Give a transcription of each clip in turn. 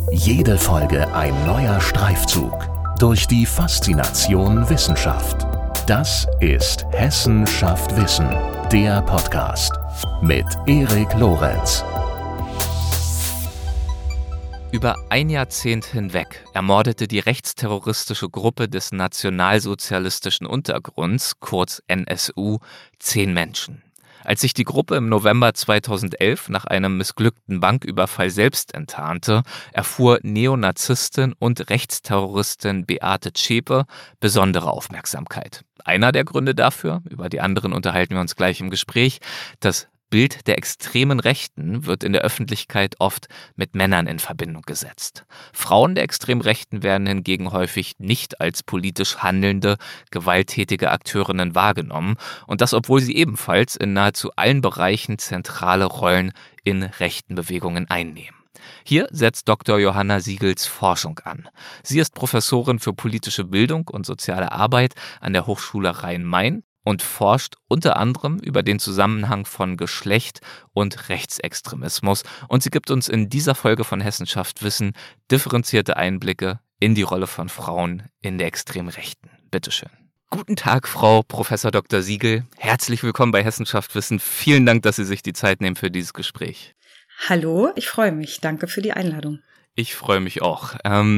Jede Folge ein neuer Streifzug durch die Faszination Wissenschaft. Das ist Hessen schafft Wissen, der Podcast mit Erik Lorenz. Über ein Jahrzehnt hinweg ermordete die rechtsterroristische Gruppe des nationalsozialistischen Untergrunds, kurz NSU, 10 Menschen. Als sich die Gruppe im November 2011 nach einem missglückten Banküberfall selbst enttarnte, erfuhr Neonazistin und Rechtsterroristin Beate Zschäpe besondere Aufmerksamkeit. Einer der Gründe dafür, über die anderen unterhalten wir uns gleich im Gespräch, das Bild der extremen Rechten wird in der Öffentlichkeit oft mit Männern in Verbindung gesetzt. Frauen der extremen Rechten werden hingegen häufig nicht als politisch handelnde, gewalttätige Akteurinnen wahrgenommen, und das, obwohl sie ebenfalls in nahezu allen Bereichen zentrale Rollen in rechten Bewegungen einnehmen. Hier setzt Dr. Johanna Siegels Forschung an. Sie ist Professorin für politische Bildung und soziale Arbeit an der Hochschule Rhein-Main und forscht unter anderem über den Zusammenhang von Geschlecht und Rechtsextremismus. Und sie gibt uns in dieser Folge von Hessen schafft Wissen differenzierte Einblicke in die Rolle von Frauen in der extremen Rechten. Bitteschön. Guten Tag, Frau Professor Dr. Siegel. Herzlich willkommen bei Hessen schafft Wissen. Vielen Dank, dass Sie sich die Zeit nehmen für dieses Gespräch. Hallo, ich freue mich. Danke für die Einladung. Ich freue mich auch.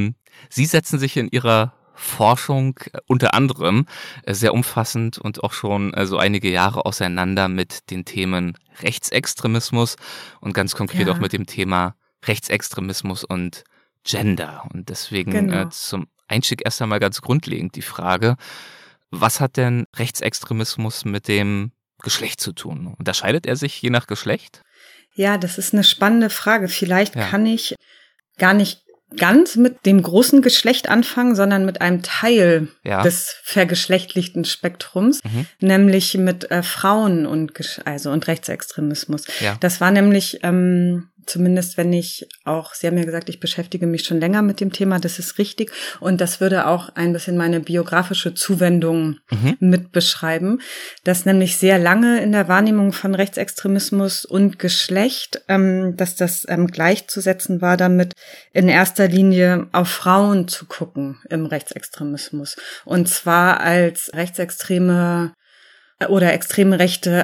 Sie setzen sich in Ihrer Forschung unter anderem sehr umfassend und auch schon so einige Jahre auseinander mit den Themen Rechtsextremismus und ganz konkret auch mit dem Thema Rechtsextremismus und Gender. Und deswegen zum Einstieg erst einmal ganz grundlegend die Frage, was hat denn Rechtsextremismus mit dem Geschlecht zu tun? Unterscheidet er sich je nach Geschlecht? Ja, das ist eine spannende Frage. Vielleicht kann ich gar nicht ganz mit dem großen Geschlecht anfangen, sondern mit einem Teil des vergeschlechtlichten Spektrums, nämlich mit Frauen und Rechtsextremismus. Ja. Das war nämlich zumindest wenn Sie haben ja gesagt, ich beschäftige mich schon länger mit dem Thema, das ist richtig. Und das würde auch ein bisschen meine biografische Zuwendung mit beschreiben, dass nämlich sehr lange in der Wahrnehmung von Rechtsextremismus und Geschlecht, dass das gleichzusetzen war damit, in erster Linie auf Frauen zu gucken im Rechtsextremismus. Und zwar als rechtsextreme oder extreme rechte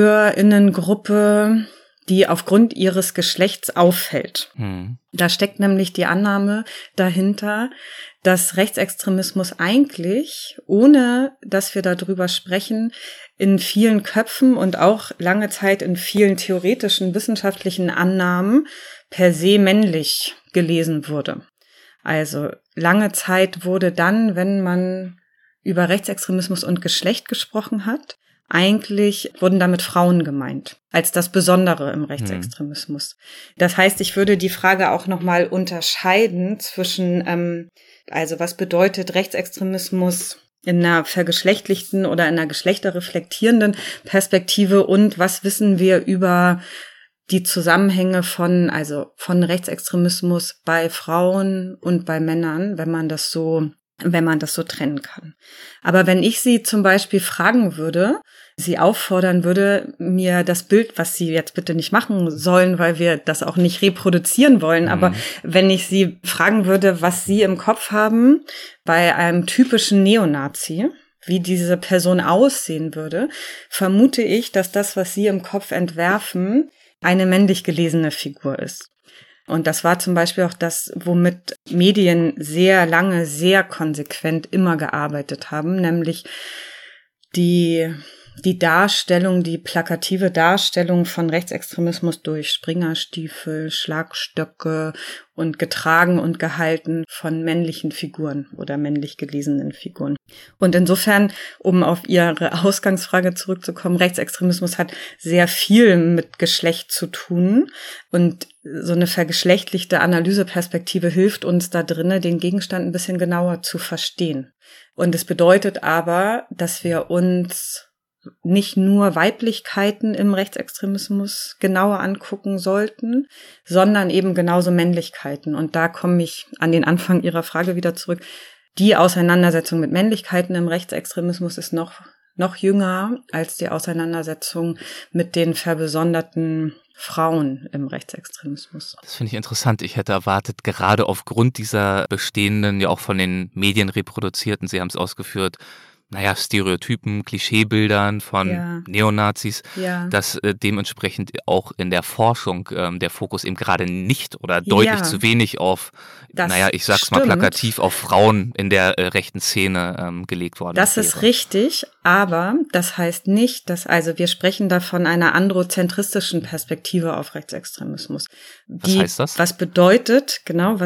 AkteurInnengruppe, die aufgrund ihres Geschlechts auffällt. Da steckt nämlich die Annahme dahinter, dass Rechtsextremismus eigentlich, ohne dass wir darüber sprechen, in vielen Köpfen und auch lange Zeit in vielen theoretischen wissenschaftlichen Annahmen per se männlich gelesen wurde. Also lange Zeit wurde dann, wenn man über Rechtsextremismus und Geschlecht gesprochen hat, eigentlich wurden damit Frauen gemeint, als das Besondere im Rechtsextremismus. Das heißt, ich würde die Frage auch nochmal unterscheiden zwischen, was bedeutet Rechtsextremismus in einer vergeschlechtlichten oder in einer geschlechterreflektierenden Perspektive und was wissen wir über die Zusammenhänge von Rechtsextremismus bei Frauen und bei Männern, wenn man das so trennen kann. Aber wenn ich Sie zum Beispiel fragen würde, Sie auffordern würde, mir das Bild, was Sie jetzt bitte nicht machen sollen, weil wir das auch nicht reproduzieren wollen, aber wenn ich Sie fragen würde, was Sie im Kopf haben bei einem typischen Neonazi, wie diese Person aussehen würde, vermute ich, dass das, was Sie im Kopf entwerfen, eine männlich gelesene Figur ist. Und das war zum Beispiel auch das, womit Medien sehr lange, sehr konsequent immer gearbeitet haben, nämlich die plakative Darstellung von Rechtsextremismus durch Springerstiefel, Schlagstöcke und getragen und gehalten von männlichen Figuren oder männlich gelesenen Figuren. Und insofern, um auf Ihre Ausgangsfrage zurückzukommen, Rechtsextremismus hat sehr viel mit Geschlecht zu tun und so eine vergeschlechtlichte Analyseperspektive hilft uns da drinnen, den Gegenstand ein bisschen genauer zu verstehen. Und es bedeutet aber, dass wir uns nicht nur Weiblichkeiten im Rechtsextremismus genauer angucken sollten, sondern eben genauso Männlichkeiten. Und da komme ich an den Anfang Ihrer Frage wieder zurück. Die Auseinandersetzung mit Männlichkeiten im Rechtsextremismus ist noch noch jünger als die Auseinandersetzung mit den verbesonderten Frauen im Rechtsextremismus. Das finde ich interessant. Ich hätte erwartet, gerade aufgrund dieser bestehenden, ja auch von den Medien reproduzierten, Sie haben es ausgeführt, Stereotypen, Klischeebildern von Neonazis, dass dementsprechend auch in der Forschung der Fokus eben gerade nicht oder deutlich zu wenig auf, ich sag's mal plakativ, auf Frauen in der rechten Szene gelegt worden ist. Das ist richtig, aber das heißt nicht, wir sprechen da von einer androzentristischen Perspektive auf Rechtsextremismus. Was heißt das? Was bedeutet,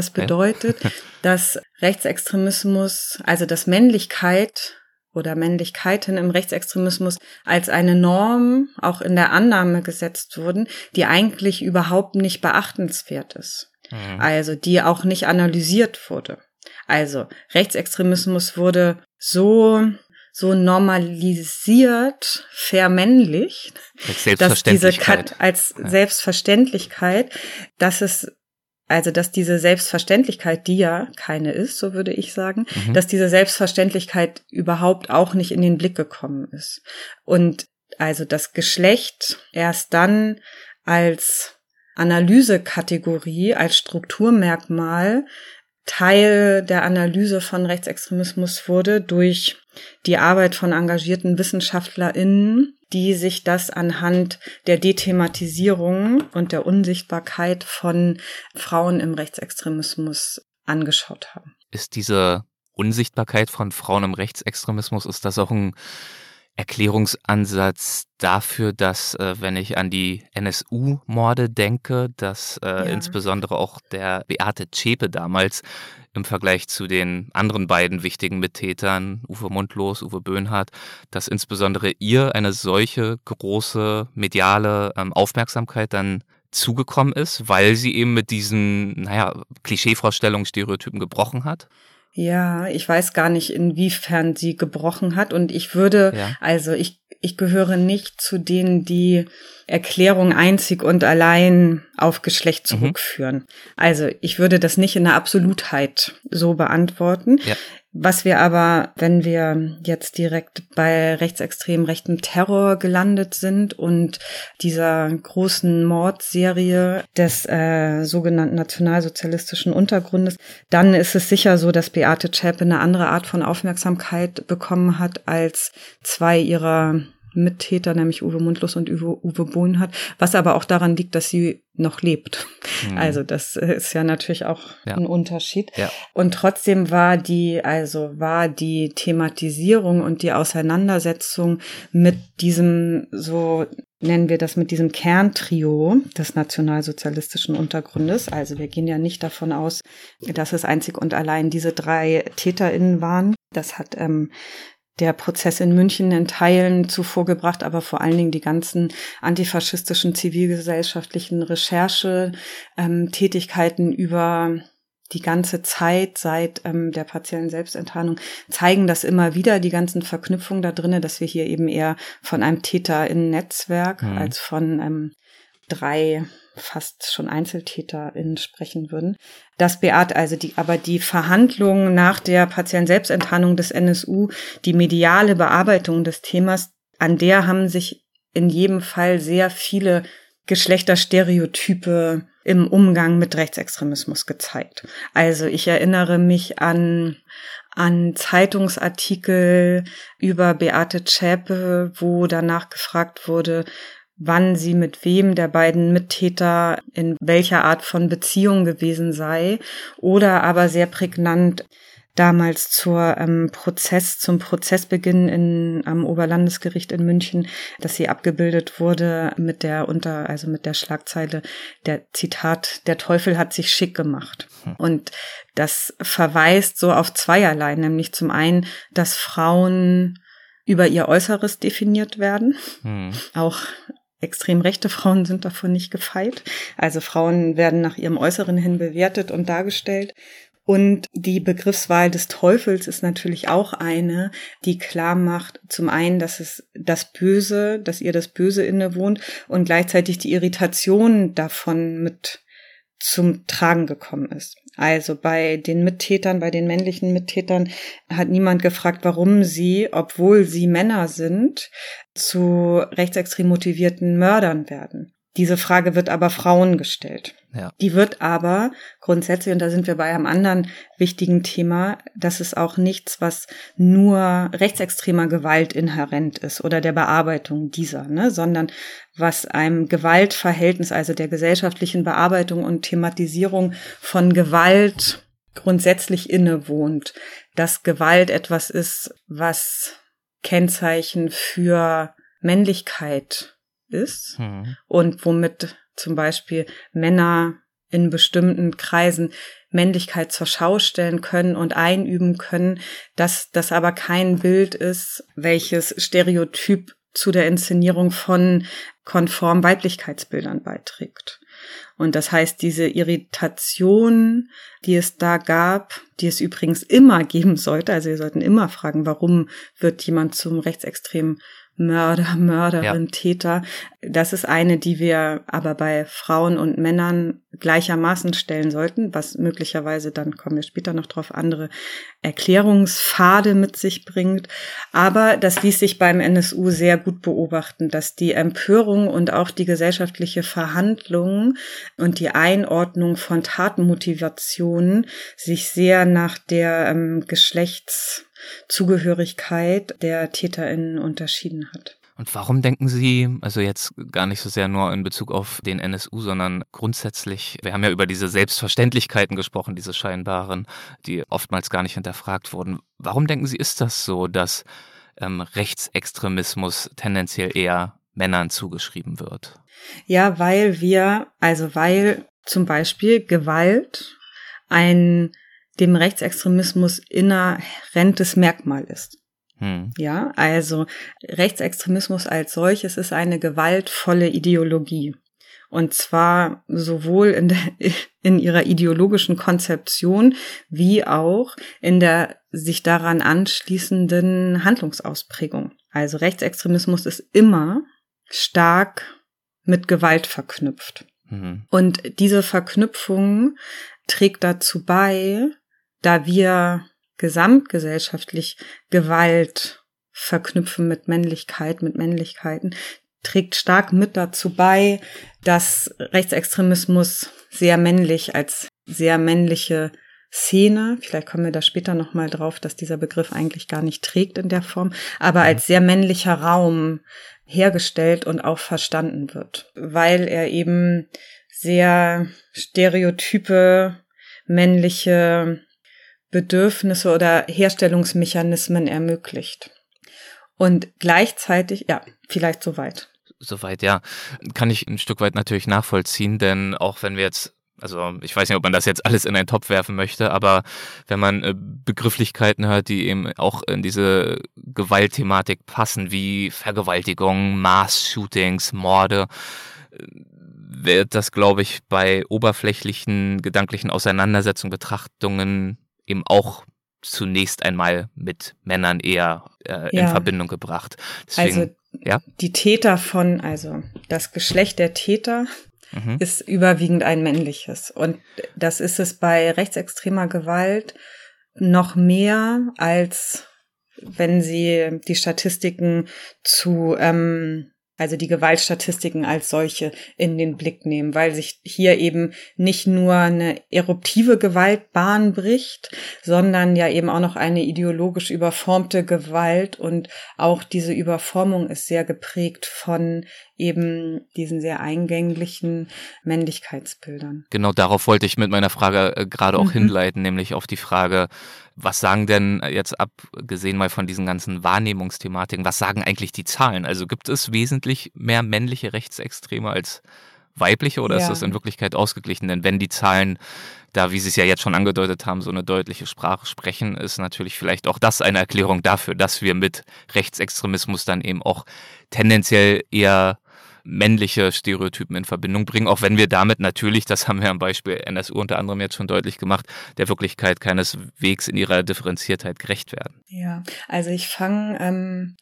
dass Rechtsextremismus, also dass Männlichkeit oder Männlichkeiten im Rechtsextremismus als eine Norm auch in der Annahme gesetzt wurden, die eigentlich überhaupt nicht beachtenswert ist. Also die auch nicht analysiert wurde. Also Rechtsextremismus wurde so normalisiert, vermännlicht, als Selbstverständlichkeit, dass diese Selbstverständlichkeit, die ja keine ist, so würde ich sagen, dass diese Selbstverständlichkeit überhaupt auch nicht in den Blick gekommen ist. Und also das Geschlecht erst dann als Analysekategorie, als Strukturmerkmal Teil der Analyse von Rechtsextremismus wurde durch die Arbeit von engagierten WissenschaftlerInnen, die sich das anhand der Dethematisierung und der Unsichtbarkeit von Frauen im Rechtsextremismus angeschaut haben. Ist diese Unsichtbarkeit von Frauen im Rechtsextremismus, ist das auch ein Erklärungsansatz dafür, dass, wenn ich an die NSU-Morde denke, dass insbesondere auch der Beate Zschäpe damals im Vergleich zu den anderen beiden wichtigen Mittätern, Uwe Mundlos, Uwe Böhnhardt, dass insbesondere ihr eine solche große mediale Aufmerksamkeit dann zugekommen ist, weil sie eben mit diesen, Klischeevorstellungen, Stereotypen gebrochen hat? Ja, ich weiß gar nicht, inwiefern sie gebrochen hat. Und ich würde, ich gehöre nicht zu denen, die Erklärung einzig und allein auf Geschlecht zurückführen. Also ich würde das nicht in der Absolutheit so beantworten. Ja. Was wir aber, wenn wir jetzt direkt bei rechtsextrem rechtem Terror gelandet sind und dieser großen Mordserie des sogenannten nationalsozialistischen Untergrundes, dann ist es sicher so, dass Beate Zschäpe eine andere Art von Aufmerksamkeit bekommen hat als zwei ihrer Mittäter, nämlich Uwe Mundlos und Uwe Böhnhardt, was aber auch daran liegt, dass sie noch lebt. Also das ist ja natürlich auch ein Unterschied. Ja. Und trotzdem war die Thematisierung und die Auseinandersetzung mit diesem, so nennen wir das, mit diesem Kerntrio des nationalsozialistischen Untergrundes. Also wir gehen ja nicht davon aus, dass es einzig und allein diese 3 TäterInnen waren. Das hat der Prozess in München in Teilen zuvor gebracht, aber vor allen Dingen die ganzen antifaschistischen zivilgesellschaftlichen Recherche-Tätigkeiten über die ganze Zeit seit der partiellen Selbstenttarnung zeigen das immer wieder, die ganzen Verknüpfungen da drinne, dass wir hier eben eher von einem TäterInnen-Netzwerk als von 3 fast schon EinzeltäterInnen sprechen würden. Dass Beate, aber die Verhandlungen nach der partiellen Selbstenttarnung des NSU, die mediale Bearbeitung des Themas, an der haben sich in jedem Fall sehr viele Geschlechterstereotype im Umgang mit Rechtsextremismus gezeigt. Also ich erinnere mich an Zeitungsartikel über Beate Zschäpe, wo danach gefragt wurde, wann sie mit wem der beiden Mittäter in welcher Art von Beziehung gewesen sei, oder aber sehr prägnant damals zum Prozessbeginn am Oberlandesgericht in München, dass sie abgebildet wurde mit der Schlagzeile, der Zitat, der Teufel hat sich schick gemacht. Und das verweist so auf zweierlei, nämlich zum einen, dass Frauen über ihr Äußeres definiert werden, auch extrem rechte Frauen sind davon nicht gefeit. Also Frauen werden nach ihrem Äußeren hin bewertet und dargestellt. Und die Begriffswahl des Teufels ist natürlich auch eine, die klar macht, zum einen, dass es das Böse, dass ihr das Böse innewohnt und gleichzeitig die Irritation davon mit zum Tragen gekommen ist. Also bei den Mittätern, bei den männlichen Mittätern hat niemand gefragt, warum sie, obwohl sie Männer sind, zu rechtsextrem motivierten Mördern werden. Diese Frage wird aber Frauen gestellt. Ja. Die wird aber grundsätzlich, und da sind wir bei einem anderen wichtigen Thema, das ist auch nichts, was nur rechtsextremer Gewalt inhärent ist oder der Bearbeitung dieser, sondern was einem Gewaltverhältnis, also der gesellschaftlichen Bearbeitung und Thematisierung von Gewalt grundsätzlich innewohnt. Dass Gewalt etwas ist, was Kennzeichen für Männlichkeit ist und womit zum Beispiel Männer in bestimmten Kreisen Männlichkeit zur Schau stellen können und einüben können, dass das aber kein Bild ist, welches Stereotyp zu der Inszenierung von konform Weiblichkeitsbildern beiträgt. Und das heißt, diese Irritation, die es da gab, die es übrigens immer geben sollte, also wir sollten immer fragen, warum wird jemand zum rechtsextremen Mörder, Mörderin, Täter. Das ist eine, die wir aber bei Frauen und Männern gleichermaßen stellen sollten, was möglicherweise, dann kommen wir später noch drauf, andere Erklärungspfade mit sich bringt. Aber das ließ sich beim NSU sehr gut beobachten, dass die Empörung und auch die gesellschaftliche Verhandlung und die Einordnung von Tatmotivationen sich sehr nach der Geschlechtszugehörigkeit der TäterInnen unterschieden hat. Und warum denken Sie, also jetzt gar nicht so sehr nur in Bezug auf den NSU, sondern grundsätzlich, wir haben ja über diese Selbstverständlichkeiten gesprochen, diese scheinbaren, die oftmals gar nicht hinterfragt wurden. Warum denken Sie, ist das so, dass Rechtsextremismus tendenziell eher Männern zugeschrieben wird? Ja, weil zum Beispiel Gewalt dem Rechtsextremismus inhärentes Merkmal ist. Ja, also Rechtsextremismus als solches ist eine gewaltvolle Ideologie. Und zwar sowohl in ihrer ideologischen Konzeption wie auch in der sich daran anschließenden Handlungsausprägung. Also Rechtsextremismus ist immer stark mit Gewalt verknüpft. Und diese Verknüpfung trägt dazu bei, da wir gesamtgesellschaftlich Gewalt verknüpfen mit Männlichkeit, mit Männlichkeiten, trägt stark mit dazu bei, dass Rechtsextremismus sehr männlich als sehr männliche Szene, vielleicht kommen wir da später nochmal drauf, dass dieser Begriff eigentlich gar nicht trägt in der Form, aber als sehr männlicher Raum hergestellt und auch verstanden wird, weil er eben sehr stereotype männliche Bedürfnisse oder Herstellungsmechanismen ermöglicht. Und gleichzeitig, vielleicht soweit. Soweit, ja. Kann ich ein Stück weit natürlich nachvollziehen, denn auch wenn wir jetzt, also ich weiß nicht, ob man das jetzt alles in einen Topf werfen möchte, aber wenn man Begrifflichkeiten hört, die eben auch in diese Gewaltthematik passen, wie Vergewaltigung, Mass-Shootings, Morde, wird das, glaube ich, bei oberflächlichen gedanklichen Auseinandersetzungen, Betrachtungen eben auch zunächst einmal mit Männern eher in Verbindung gebracht. Deswegen, die Täter also das Geschlecht der Täter ist überwiegend ein männliches. Und das ist es bei rechtsextremer Gewalt noch mehr, als wenn Sie die Statistiken also die Gewaltstatistiken als solche in den Blick nehmen, weil sich hier eben nicht nur eine eruptive Gewalt Bahn bricht, sondern ja eben auch noch eine ideologisch überformte Gewalt, und auch diese Überformung ist sehr geprägt von eben diesen sehr eingänglichen Männlichkeitsbildern. Genau, darauf wollte ich mit meiner Frage gerade auch hinleiten, nämlich auf die Frage, was sagen denn jetzt, abgesehen mal von diesen ganzen Wahrnehmungsthematiken, was sagen eigentlich die Zahlen? Also gibt es wesentlich mehr männliche Rechtsextreme als weibliche, oder ist das in Wirklichkeit ausgeglichen? Denn wenn die Zahlen da, wie Sie es ja jetzt schon angedeutet haben, so eine deutliche Sprache sprechen, ist natürlich vielleicht auch das eine Erklärung dafür, dass wir mit Rechtsextremismus dann eben auch tendenziell eher männliche Stereotypen in Verbindung bringen, auch wenn wir damit natürlich, das haben wir am Beispiel NSU unter anderem jetzt schon deutlich gemacht, der Wirklichkeit keineswegs in ihrer Differenziertheit gerecht werden. Ja, also ich fange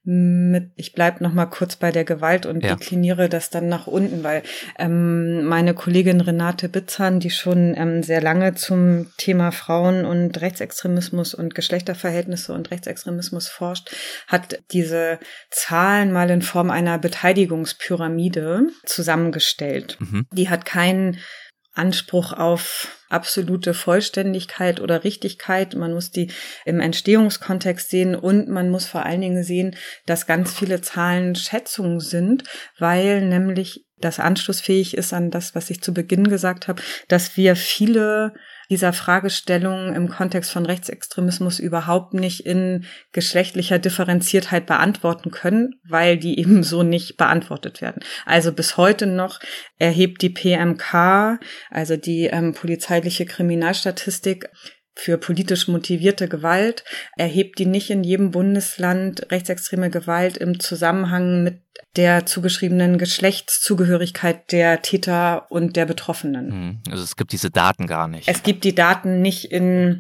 ich bleibe noch mal kurz bei der Gewalt und dekliniere das dann nach unten, weil meine Kollegin Renate Bitzan, die schon sehr lange zum Thema Frauen und Rechtsextremismus und Geschlechterverhältnisse und Rechtsextremismus forscht, hat diese Zahlen mal in Form einer Beteiligungspyramide zusammengestellt. Die hat keinen Anspruch auf absolute Vollständigkeit oder Richtigkeit. Man muss die im Entstehungskontext sehen und man muss vor allen Dingen sehen, dass ganz viele Zahlen Schätzungen sind, weil nämlich das anschlussfähig ist an das, was ich zu Beginn gesagt habe, dass wir viele dieser Fragestellungen im Kontext von Rechtsextremismus überhaupt nicht in geschlechtlicher Differenziertheit beantworten können, weil die eben so nicht beantwortet werden. Also bis heute noch erhebt die PMK, also die polizeiliche Kriminalstatistik, für politisch motivierte Gewalt, erhebt die nicht in jedem Bundesland rechtsextreme Gewalt im Zusammenhang mit der zugeschriebenen Geschlechtszugehörigkeit der Täter und der Betroffenen. Also es gibt diese Daten gar nicht. Es gibt die Daten nicht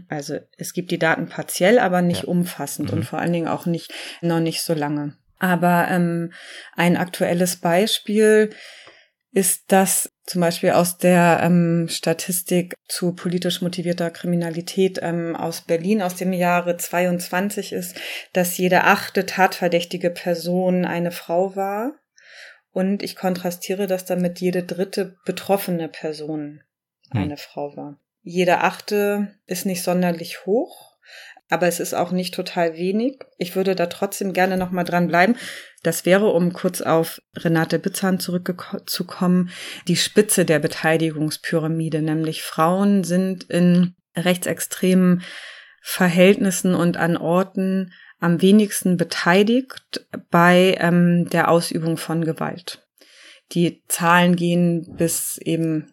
es gibt die Daten partiell, aber nicht umfassend und vor allen Dingen auch noch nicht so lange. Aber ein aktuelles Beispiel ist das zum Beispiel aus der Statistik zu politisch motivierter Kriminalität aus Berlin aus dem Jahre 22 ist, dass jede 8. tatverdächtige Person eine Frau war. Und ich kontrastiere das damit, jede 3. betroffene Person eine Frau war. Jede 8. ist nicht sonderlich hoch. Aber es ist auch nicht total wenig. Ich würde da trotzdem gerne noch mal dran bleiben. Das wäre, um kurz auf Renate Bitzan zurückzukommen, die Spitze der Beteiligungspyramide, nämlich Frauen sind in rechtsextremen Verhältnissen und an Orten am wenigsten beteiligt bei der Ausübung von Gewalt. Die Zahlen gehen bis eben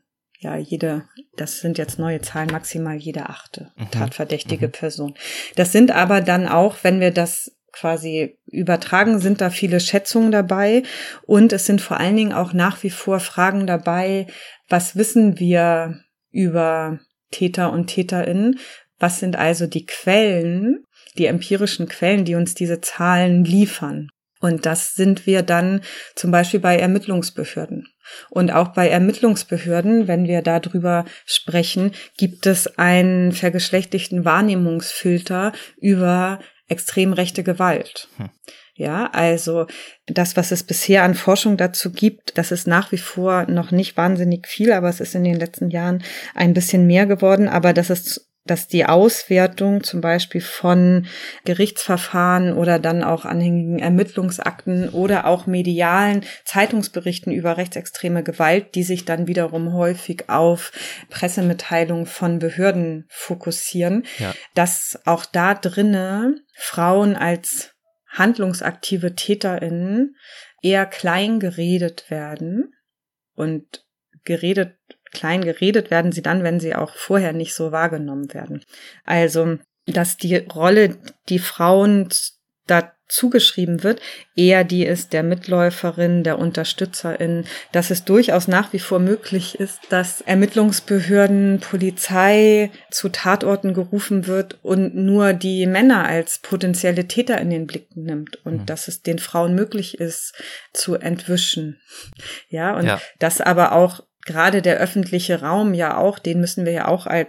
das sind jetzt neue Zahlen, maximal jede 8. tatverdächtige Person. Das sind aber dann auch, wenn wir das quasi übertragen, sind da viele Schätzungen dabei und es sind vor allen Dingen auch nach wie vor Fragen dabei, was wissen wir über Täter und TäterInnen? Was sind also die Quellen, die empirischen Quellen, die uns diese Zahlen liefern? Und das sind wir dann zum Beispiel bei Ermittlungsbehörden. Und auch bei Ermittlungsbehörden, wenn wir darüber sprechen, gibt es einen vergeschlechtlichten Wahrnehmungsfilter über extrem rechte Gewalt. Ja, also das, was es bisher an Forschung dazu gibt, das ist nach wie vor noch nicht wahnsinnig viel, aber es ist in den letzten Jahren ein bisschen mehr geworden. Aber dass die Auswertung zum Beispiel von Gerichtsverfahren oder dann auch anhängigen Ermittlungsakten oder auch medialen Zeitungsberichten über rechtsextreme Gewalt, die sich dann wiederum häufig auf Pressemitteilungen von Behörden fokussieren, dass auch da drinne Frauen als handlungsaktive TäterInnen eher klein geredet werden und klein geredet werden sie dann, wenn sie auch vorher nicht so wahrgenommen werden. Also, dass die Rolle, die Frauen da zugeschrieben wird, eher die ist der Mitläuferin, der Unterstützerin, dass es durchaus nach wie vor möglich ist, dass Ermittlungsbehörden, Polizei zu Tatorten gerufen wird und nur die Männer als potenzielle Täter in den Blick nimmt und dass es den Frauen möglich ist, zu entwischen. Ja, und das aber auch gerade der öffentliche Raum den müssen wir ja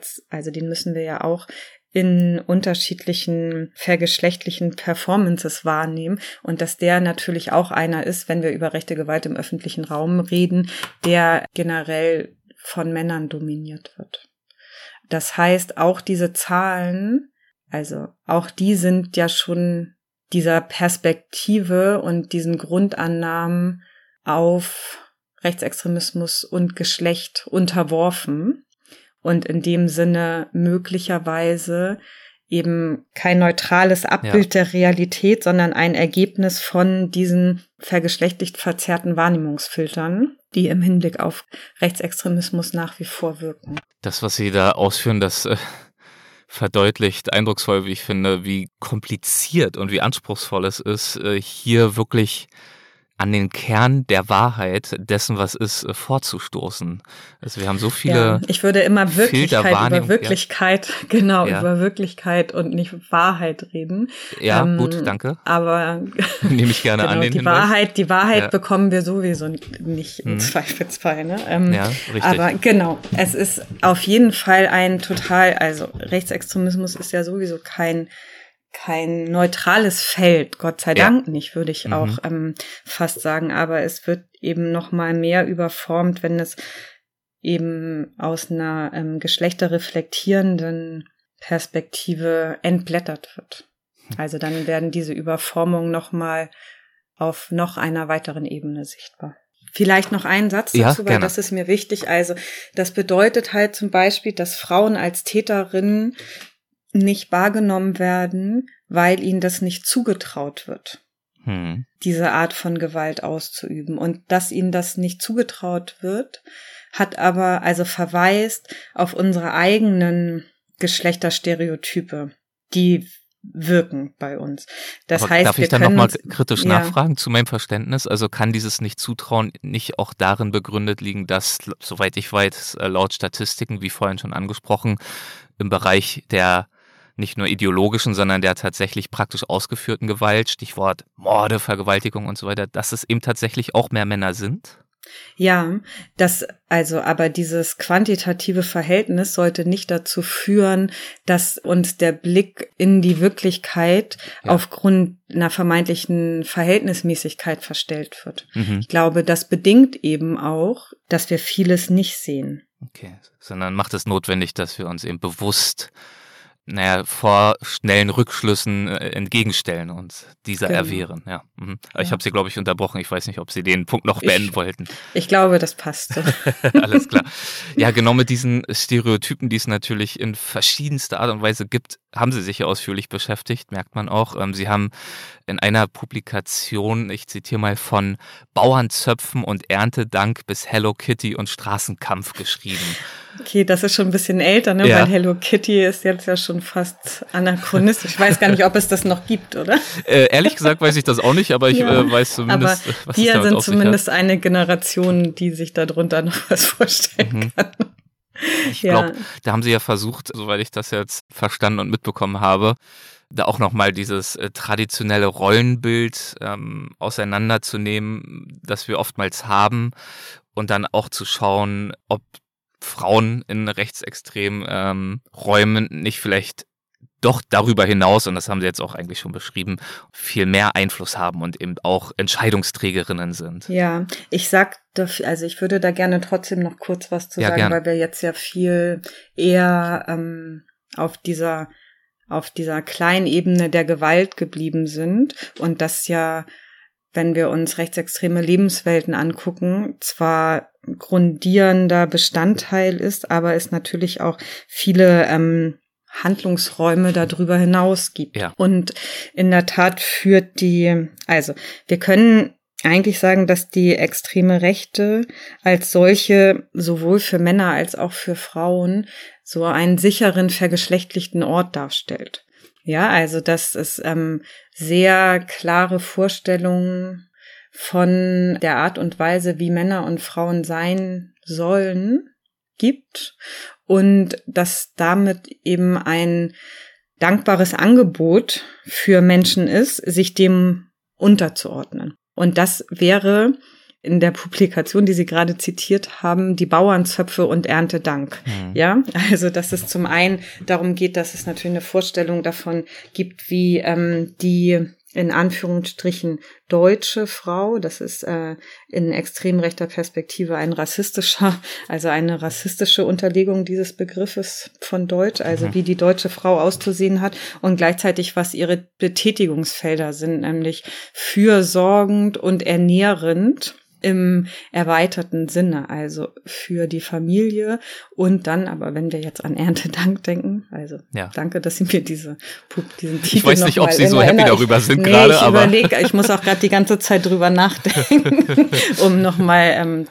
auch in unterschiedlichen vergeschlechtlichen Performances wahrnehmen und dass der natürlich auch einer ist, wenn wir über rechte Gewalt im öffentlichen Raum reden, der generell von Männern dominiert wird. Das heißt, auch diese Zahlen, also auch die sind ja schon dieser Perspektive und diesen Grundannahmen auf Rechtsextremismus und Geschlecht unterworfen und in dem Sinne möglicherweise eben kein neutrales Abbild der Realität, sondern ein Ergebnis von diesen vergeschlechtlicht verzerrten Wahrnehmungsfiltern, die im Hinblick auf Rechtsextremismus nach wie vor wirken. Das, was Sie da ausführen, das verdeutlicht eindrucksvoll, wie ich finde, wie kompliziert und wie anspruchsvoll es ist, hier wirklich an den Kern der Wahrheit dessen, was ist, vorzustoßen. Also wir haben so viele ich würde immer Wirklichkeit über Wirklichkeit, über Wirklichkeit und nicht Wahrheit reden. Ja, gut, danke. Aber nehme ich gerne an den Hinweis. Die Wahrheit bekommen wir sowieso nicht im Zweifelsfall. Ne? Ja, richtig. Aber genau, es ist auf jeden Fall also Rechtsextremismus ist ja sowieso kein neutrales Feld, Gott sei Dank nicht, würde ich auch fast sagen. Aber es wird eben noch mal mehr überformt, wenn es eben aus einer geschlechterreflektierenden Perspektive entblättert wird. Also dann werden diese Überformungen noch mal auf noch einer weiteren Ebene sichtbar. Vielleicht noch einen Satz dazu, weil das ist mir wichtig. Also das bedeutet halt zum Beispiel, dass Frauen als Täterinnen nicht wahrgenommen werden, weil ihnen das nicht zugetraut wird, diese Art von Gewalt auszuüben. Und dass ihnen das nicht zugetraut wird, verweist auf unsere eigenen Geschlechterstereotype, die wirken bei uns. Das heißt, darf ich da nochmal kritisch nachfragen zu meinem Verständnis? Also kann dieses Nicht-Zutrauen nicht auch darin begründet liegen, dass, soweit ich weiß, laut Statistiken, wie vorhin schon angesprochen, im Bereich der nicht nur ideologischen, sondern der tatsächlich praktisch ausgeführten Gewalt, Stichwort Morde, Vergewaltigung und so weiter, dass es eben tatsächlich auch mehr Männer sind? Ja, aber dieses quantitative Verhältnis sollte nicht dazu führen, dass uns der Blick in die Wirklichkeit aufgrund einer vermeintlichen Verhältnismäßigkeit verstellt wird. Ich glaube, das bedingt eben auch, dass wir vieles nicht sehen. Okay, sondern macht es notwendig, dass wir uns eben bewusst vor schnellen Rückschlüssen entgegenstellen und diese erwehren. Ja. Aber ich habe Sie, glaube ich, unterbrochen. Ich weiß nicht, ob Sie den Punkt noch beenden wollten. Ich glaube, das passt. Alles klar. Ja, genau mit diesen Stereotypen, die es natürlich in verschiedenster Art und Weise gibt, haben Sie sich ja ausführlich beschäftigt, merkt man auch. Sie haben in einer Publikation, ich zitiere mal, von Bauernzöpfen und Erntedank bis Hello Kitty und Straßenkampf geschrieben. Okay, das ist schon ein bisschen älter, ne? Weil Hello Kitty ist jetzt ja schon fast anachronistisch. Ich weiß gar nicht, ob es das noch gibt, oder? Ehrlich gesagt weiß ich das auch nicht, aber ich weiß zumindest, aber was es damit sind zumindest eine Generation, die sich darunter noch was vorstellen kann. Ich glaube, da haben Sie ja versucht, soweit ich das jetzt verstanden und mitbekommen habe, da auch nochmal dieses traditionelle Rollenbild auseinanderzunehmen, das wir oftmals haben und dann auch zu schauen, ob Frauen in rechtsextremen Räumen nicht vielleicht doch darüber hinaus, und das haben Sie jetzt auch eigentlich schon beschrieben, viel mehr Einfluss haben und eben auch Entscheidungsträgerinnen sind. Ja, ich würde da gerne trotzdem noch kurz was zu sagen, weil wir jetzt ja viel eher auf dieser kleinen Ebene der Gewalt geblieben sind und das ja, wenn wir uns rechtsextreme Lebenswelten angucken, zwar grundierender Bestandteil ist, aber es natürlich auch viele Handlungsräume darüber hinaus gibt. Ja. Und in der Tat wir können eigentlich sagen, dass die extreme Rechte als solche sowohl für Männer als auch für Frauen so einen sicheren, vergeschlechtlichten Ort darstellt. Ja, also dass es sehr klare Vorstellungen von der Art und Weise, wie Männer und Frauen sein sollen, gibt und dass damit eben ein dankbares Angebot für Menschen ist, sich dem unterzuordnen. Und das wäre in der Publikation, die Sie gerade zitiert haben, die Bauernzöpfe und Erntedank. Ja, also dass es zum einen darum geht, dass es natürlich eine Vorstellung davon gibt, wie die in Anführungsstrichen deutsche Frau, das ist in extrem rechter Perspektive eine rassistische Unterlegung dieses Begriffes von Deutsch, also wie die deutsche Frau auszusehen hat und gleichzeitig, was ihre Betätigungsfelder sind, nämlich fürsorgend und ernährend im erweiterten Sinne, also für die Familie und dann, aber wenn wir jetzt an Erntedank denken, also danke, dass Sie mir diesen Titel Ich weiß nicht, ob Sie so happy darüber sind gerade, aber ich muss auch gerade die ganze Zeit drüber nachdenken, um nochmal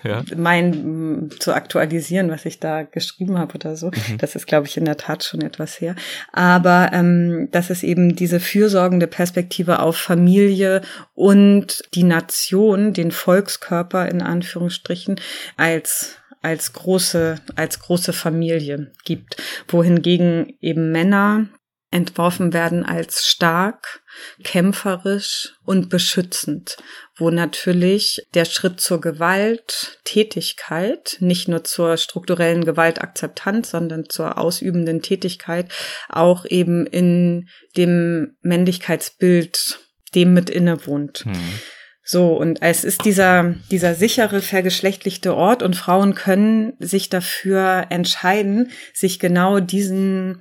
zu aktualisieren, was ich da geschrieben habe oder so. Das ist, glaube ich, in der Tat schon etwas her. Aber das ist eben diese fürsorgende Perspektive auf Familie und die Nation, den Volkskörper in Anführungsstrichen als große Familie gibt, wohingegen eben Männer entworfen werden als stark, kämpferisch und beschützend, wo natürlich der Schritt zur Gewalttätigkeit, nicht nur zur strukturellen Gewaltakzeptanz, sondern zur ausübenden Tätigkeit, auch eben in dem Männlichkeitsbild dem mit innewohnt. So, und es ist dieser sichere, vergeschlechtlichte Ort und Frauen können sich dafür entscheiden, sich genau diesem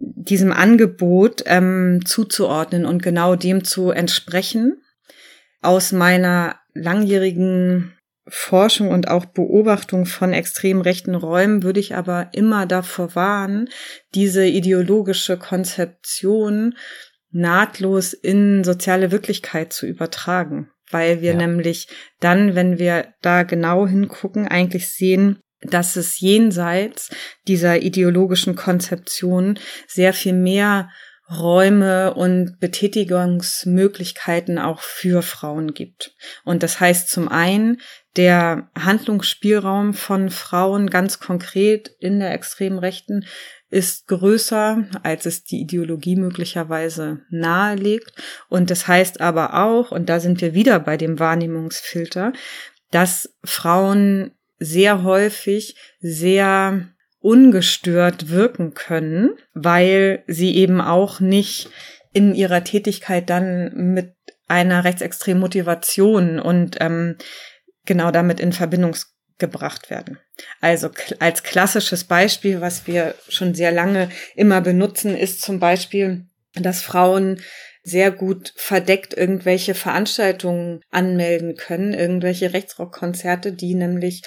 Angebot zuzuordnen und genau dem zu entsprechen. Aus meiner langjährigen Forschung und auch Beobachtung von extrem rechten Räumen würde ich aber immer davor warnen, diese ideologische Konzeption nahtlos in soziale Wirklichkeit zu übertragen. Weil wir nämlich dann, wenn wir da genau hingucken, eigentlich sehen, dass es jenseits dieser ideologischen Konzeption sehr viel mehr Räume und Betätigungsmöglichkeiten auch für Frauen gibt. Und das heißt zum einen, der Handlungsspielraum von Frauen ganz konkret in der extremen Rechten ist größer, als es die Ideologie möglicherweise nahelegt. Und das heißt aber auch, und da sind wir wieder bei dem Wahrnehmungsfilter, dass Frauen sehr häufig sehr ungestört wirken können, weil sie eben auch nicht in ihrer Tätigkeit dann mit einer rechtsextremen Motivation und genau damit in Verbindung gebracht werden. Also als klassisches Beispiel, was wir schon sehr lange immer benutzen, ist zum Beispiel, dass Frauen sehr gut verdeckt irgendwelche Veranstaltungen anmelden können, irgendwelche Rechtsrockkonzerte, die nämlich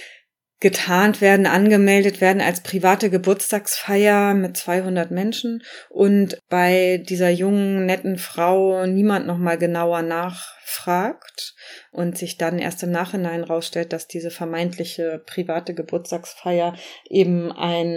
getarnt werden, angemeldet werden als private Geburtstagsfeier mit 200 Menschen und bei dieser jungen, netten Frau niemand nochmal genauer nachfragt und sich dann erst im Nachhinein rausstellt, dass diese vermeintliche private Geburtstagsfeier eben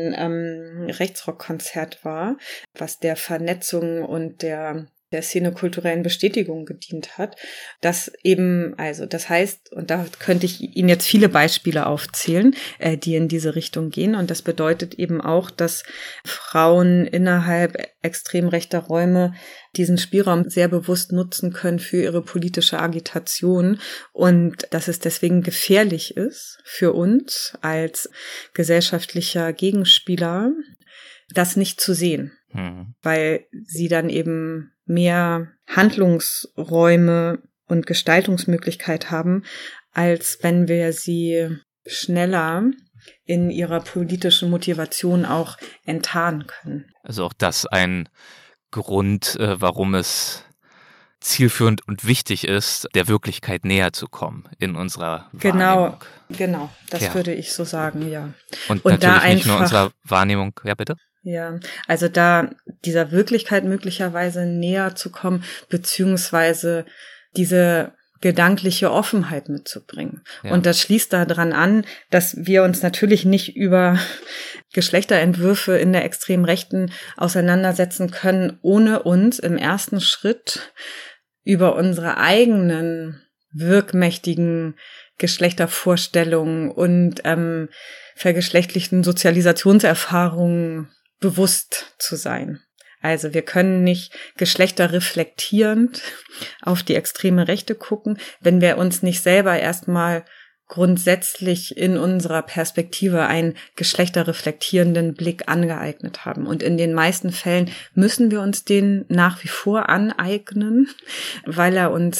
ein Rechtsrockkonzert war, was der Vernetzung und der szenekulturellen Bestätigung gedient hat. Das eben, also das heißt, und da könnte ich Ihnen jetzt viele Beispiele aufzählen, die in diese Richtung gehen. Und das bedeutet eben auch, dass Frauen innerhalb extrem rechter Räume diesen Spielraum sehr bewusst nutzen können für ihre politische Agitation und dass es deswegen gefährlich ist für uns als gesellschaftlicher Gegenspieler, das nicht zu sehen, weil sie dann eben mehr Handlungsräume und Gestaltungsmöglichkeit haben, als wenn wir sie schneller in ihrer politischen Motivation auch enttarnen können. Also auch das ein Grund, warum es zielführend und wichtig ist, der Wirklichkeit näher zu kommen in unserer Wahrnehmung. Genau, das würde ich so sagen, ja. Und natürlich da nicht nur unserer Wahrnehmung, ja bitte? Ja, also da dieser Wirklichkeit möglicherweise näher zu kommen, beziehungsweise diese gedankliche Offenheit mitzubringen. Ja. Und das schließt daran an, dass wir uns natürlich nicht über Geschlechterentwürfe in der extremen Rechten auseinandersetzen können, ohne uns im ersten Schritt über unsere eigenen wirkmächtigen Geschlechtervorstellungen und vergeschlechtlichten Sozialisationserfahrungen bewusst zu sein. Also wir können nicht geschlechterreflektierend auf die extreme Rechte gucken, wenn wir uns nicht selber erstmal grundsätzlich in unserer Perspektive einen geschlechterreflektierenden Blick angeeignet haben. Und in den meisten Fällen müssen wir uns den nach wie vor aneignen, weil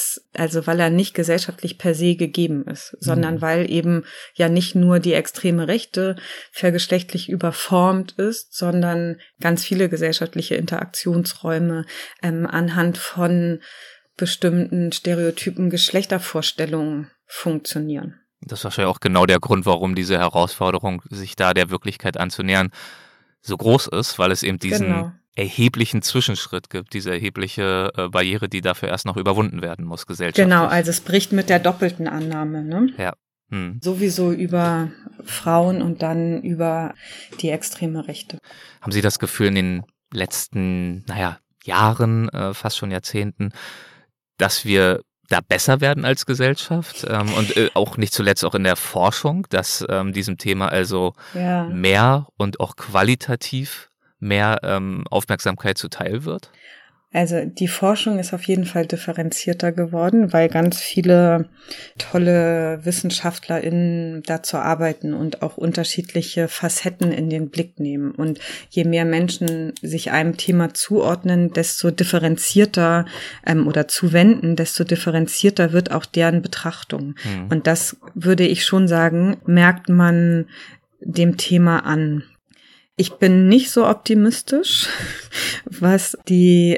er nicht gesellschaftlich per se gegeben ist, sondern weil eben ja nicht nur die extreme Rechte vergeschlechtlich überformt ist, sondern ganz viele gesellschaftliche Interaktionsräume anhand von bestimmten stereotypen Geschlechtervorstellungen funktionieren. Das ist wahrscheinlich auch genau der Grund, warum diese Herausforderung, sich da der Wirklichkeit anzunähern, so groß ist, weil es eben diesen erheblichen Zwischenschritt gibt, diese erhebliche Barriere, die dafür erst noch überwunden werden muss, gesellschaftlich. Genau, also es bricht mit der doppelten Annahme, ne? Ja. Sowieso über Frauen und dann über die extreme Rechte. Haben Sie das Gefühl in den letzten, Jahren, fast schon Jahrzehnten, dass wir da besser werden als Gesellschaft und auch nicht zuletzt auch in der Forschung, dass diesem Thema also mehr und auch qualitativ mehr Aufmerksamkeit zuteil wird? Also die Forschung ist auf jeden Fall differenzierter geworden, weil ganz viele tolle WissenschaftlerInnen dazu arbeiten und auch unterschiedliche Facetten in den Blick nehmen. Und je mehr Menschen sich einem Thema zuordnen, desto differenzierter oder zuwenden, desto differenzierter wird auch deren Betrachtung. Und das, würde ich schon sagen, merkt man dem Thema an. Ich bin nicht so optimistisch, was die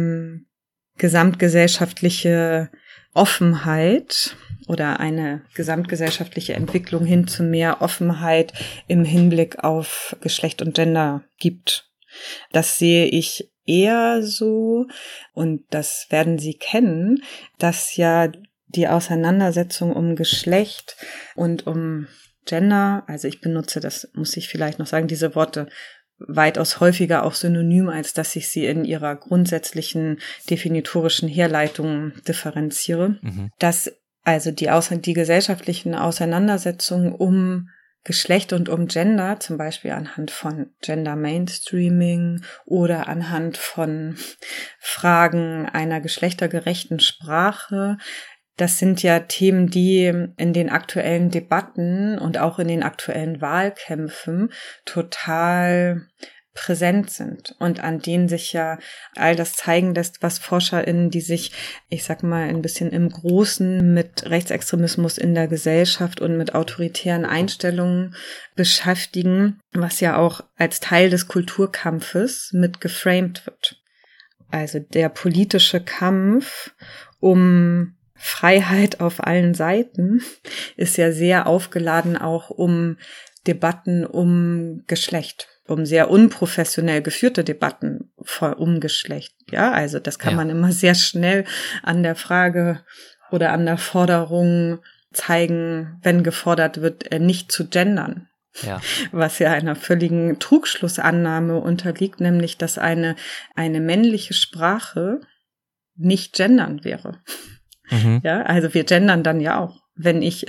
gesamtgesellschaftliche Offenheit oder eine gesamtgesellschaftliche Entwicklung hin zu mehr Offenheit im Hinblick auf Geschlecht und Gender gibt. Das sehe ich eher so, und das werden Sie kennen, dass ja die Auseinandersetzung um Geschlecht und um Gender, also ich benutze, das muss ich vielleicht noch sagen, diese Worte weitaus häufiger auch synonym, als dass ich sie in ihrer grundsätzlichen definitorischen Herleitung differenziere, dass also die gesellschaftlichen Auseinandersetzungen um Geschlecht und um Gender, zum Beispiel anhand von Gender Mainstreaming oder anhand von Fragen einer geschlechtergerechten Sprache, das sind ja Themen, die in den aktuellen Debatten und auch in den aktuellen Wahlkämpfen total präsent sind und an denen sich ja all das zeigen lässt, was ForscherInnen, die sich, ich sag mal, ein bisschen im Großen mit Rechtsextremismus in der Gesellschaft und mit autoritären Einstellungen beschäftigen, was ja auch als Teil des Kulturkampfes mit geframed wird. Also der politische Kampf um Freiheit auf allen Seiten ist ja sehr aufgeladen auch um Debatten um Geschlecht, um sehr unprofessionell geführte Debatten um Geschlecht. Ja, also das kann man immer sehr schnell an der Frage oder an der Forderung zeigen, wenn gefordert wird, nicht zu gendern. Ja. Was ja einer völligen Trugschlussannahme unterliegt, nämlich dass eine männliche Sprache nicht gendern wäre. Ja, also wir gendern dann ja auch. Wenn ich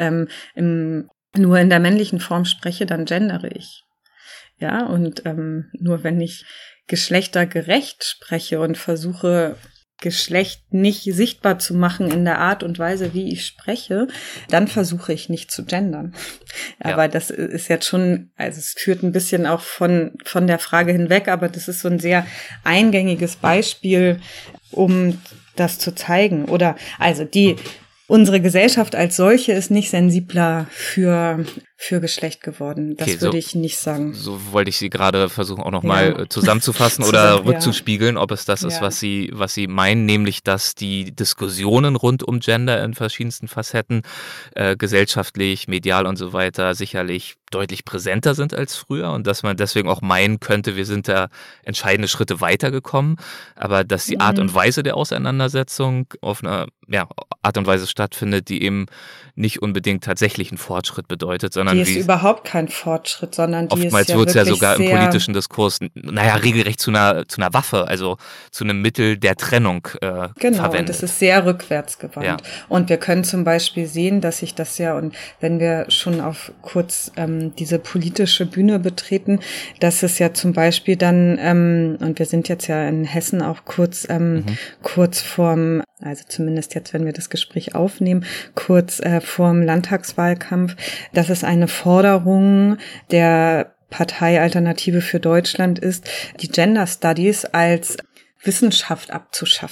nur in der männlichen Form spreche, dann gendere ich. Ja, und nur wenn ich geschlechtergerecht spreche und versuche, Geschlecht nicht sichtbar zu machen in der Art und Weise, wie ich spreche, dann versuche ich nicht zu gendern. Ja. Aber das ist jetzt schon, also es führt ein bisschen auch von der Frage hinweg, aber das ist so ein sehr eingängiges Beispiel, um das zu zeigen. Oder also unsere Gesellschaft als solche ist nicht sensibler für Geschlecht geworden. Das würde ich nicht sagen. So wollte ich Sie gerade versuchen, auch nochmal zusammenzufassen oder rückzuspiegeln, ob es das ist, was Sie meinen, nämlich, dass die Diskussionen rund um Gender in verschiedensten Facetten gesellschaftlich, medial und so weiter sicherlich deutlich präsenter sind als früher und dass man deswegen auch meinen könnte, wir sind da entscheidende Schritte weitergekommen, aber dass die Art und Weise der Auseinandersetzung auf eine Art und Weise stattfindet, die eben nicht unbedingt tatsächlich einen Fortschritt bedeutet, sondern die ist überhaupt kein Fortschritt, sondern die oftmals ist wird es ja sogar im politischen Diskurs, regelrecht zu einer Waffe, also zu einem Mittel der Trennung verwendet. Genau, und es ist sehr rückwärtsgewandt. Ja. Und wir können zum Beispiel sehen, dass sich das und wenn wir schon auf kurz diese politische Bühne betreten, dass es ja zum Beispiel dann, und wir sind jetzt ja in Hessen auch kurz vorm, also zumindest jetzt, wenn wir das Gespräch aufnehmen, kurz vorm Landtagswahlkampf, dass es eine Forderung der Partei Alternative für Deutschland ist, die Gender Studies als Wissenschaft abzuschaffen.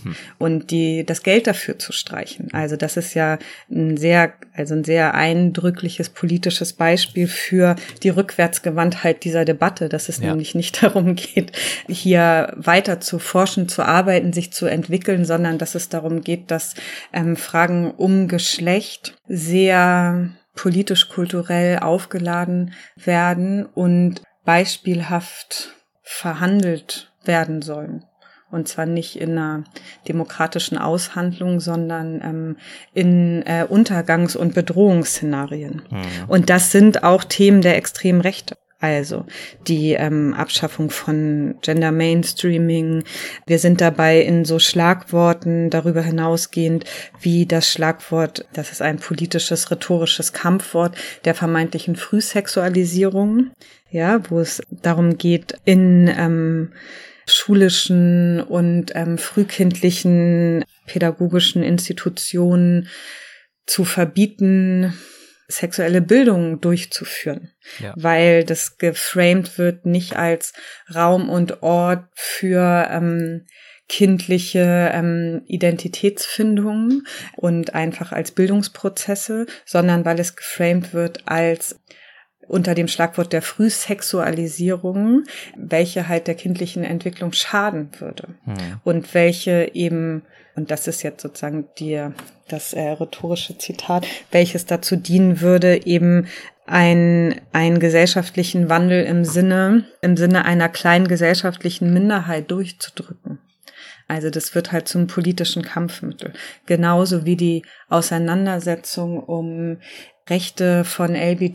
und das Geld dafür zu streichen. Also das ist ja ein sehr eindrückliches politisches Beispiel für die Rückwärtsgewandtheit dieser Debatte, dass es nämlich nicht darum geht, hier weiter zu forschen, zu arbeiten, sich zu entwickeln, sondern dass es darum geht, dass Fragen um Geschlecht sehr politisch-kulturell aufgeladen werden und beispielhaft verhandelt werden sollen. Und zwar nicht in einer demokratischen Aushandlung, sondern in Untergangs- und Bedrohungsszenarien. Und das sind auch Themen der extremen Rechte. Also die Abschaffung von Gender Mainstreaming. Wir sind dabei in so Schlagworten darüber hinausgehend, wie das Schlagwort, das ist ein politisches, rhetorisches Kampfwort der vermeintlichen Frühsexualisierung, ja, wo es darum geht, in schulischen und frühkindlichen pädagogischen Institutionen zu verbieten, sexuelle Bildung durchzuführen, weil das geframed wird nicht als Raum und Ort für kindliche Identitätsfindung und einfach als Bildungsprozesse, sondern weil es geframed wird als unter dem Schlagwort der Frühsexualisierung, welche halt der kindlichen Entwicklung schaden würde und welche eben, und das ist jetzt sozusagen das rhetorische Zitat, welches dazu dienen würde, eben einen gesellschaftlichen Wandel im Sinne einer kleinen gesellschaftlichen Minderheit durchzudrücken. Also das wird halt zum politischen Kampfmittel. Genauso wie die Auseinandersetzung um Rechte von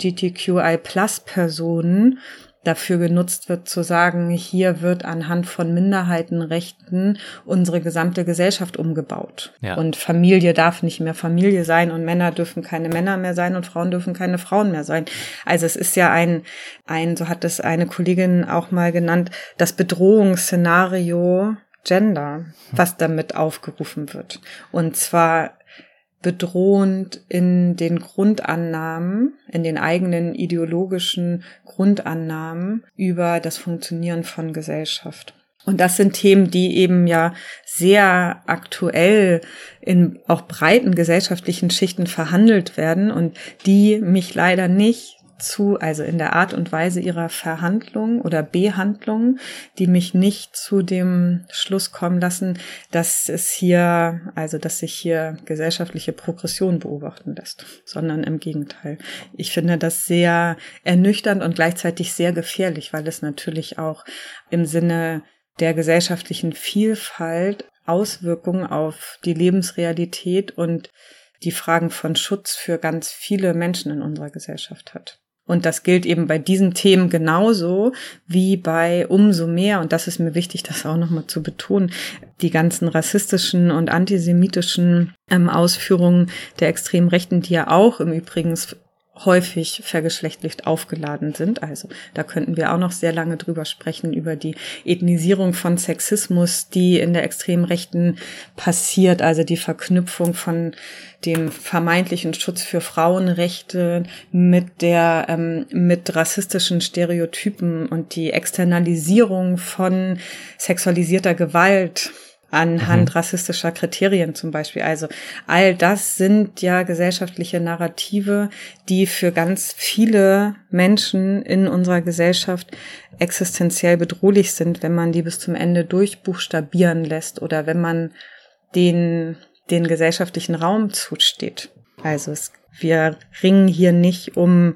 LGBTQI+-Personen dafür genutzt wird, zu sagen, hier wird anhand von Minderheitenrechten unsere gesamte Gesellschaft umgebaut. Ja. Und Familie darf nicht mehr Familie sein und Männer dürfen keine Männer mehr sein und Frauen dürfen keine Frauen mehr sein. Also es ist ja so hat es eine Kollegin auch mal genannt, das Bedrohungsszenario Gender, was damit aufgerufen wird. Und zwar bedrohend in den Grundannahmen, in den eigenen ideologischen Grundannahmen über das Funktionieren von Gesellschaft. Und das sind Themen, die eben ja sehr aktuell in auch breiten gesellschaftlichen Schichten verhandelt werden und die mich leider nicht also in der Art und Weise ihrer Verhandlung oder Behandlung, die mich nicht zu dem Schluss kommen lassen, dass sich hier gesellschaftliche Progression beobachten lässt, sondern im Gegenteil. Ich finde das sehr ernüchternd und gleichzeitig sehr gefährlich, weil es natürlich auch im Sinne der gesellschaftlichen Vielfalt Auswirkungen auf die Lebensrealität und die Fragen von Schutz für ganz viele Menschen in unserer Gesellschaft hat. Und das gilt eben bei diesen Themen genauso wie bei umso mehr, und das ist mir wichtig, das auch nochmal zu betonen, die ganzen rassistischen und antisemitischen Ausführungen der extremen Rechten, die ja auch im Übrigen häufig vergeschlechtlicht aufgeladen sind. Also da könnten wir auch noch sehr lange drüber sprechen, über die Ethnisierung von Sexismus, die in der extremen Rechten passiert, also die Verknüpfung von dem vermeintlichen Schutz für Frauenrechte mit rassistischen Stereotypen und die Externalisierung von sexualisierter Gewalt anhand rassistischer Kriterien zum Beispiel. Also all das sind ja gesellschaftliche Narrative, die für ganz viele Menschen in unserer Gesellschaft existenziell bedrohlich sind, wenn man die bis zum Ende durchbuchstabieren lässt oder wenn man den gesellschaftlichen Raum zusteht. Also wir ringen hier nicht um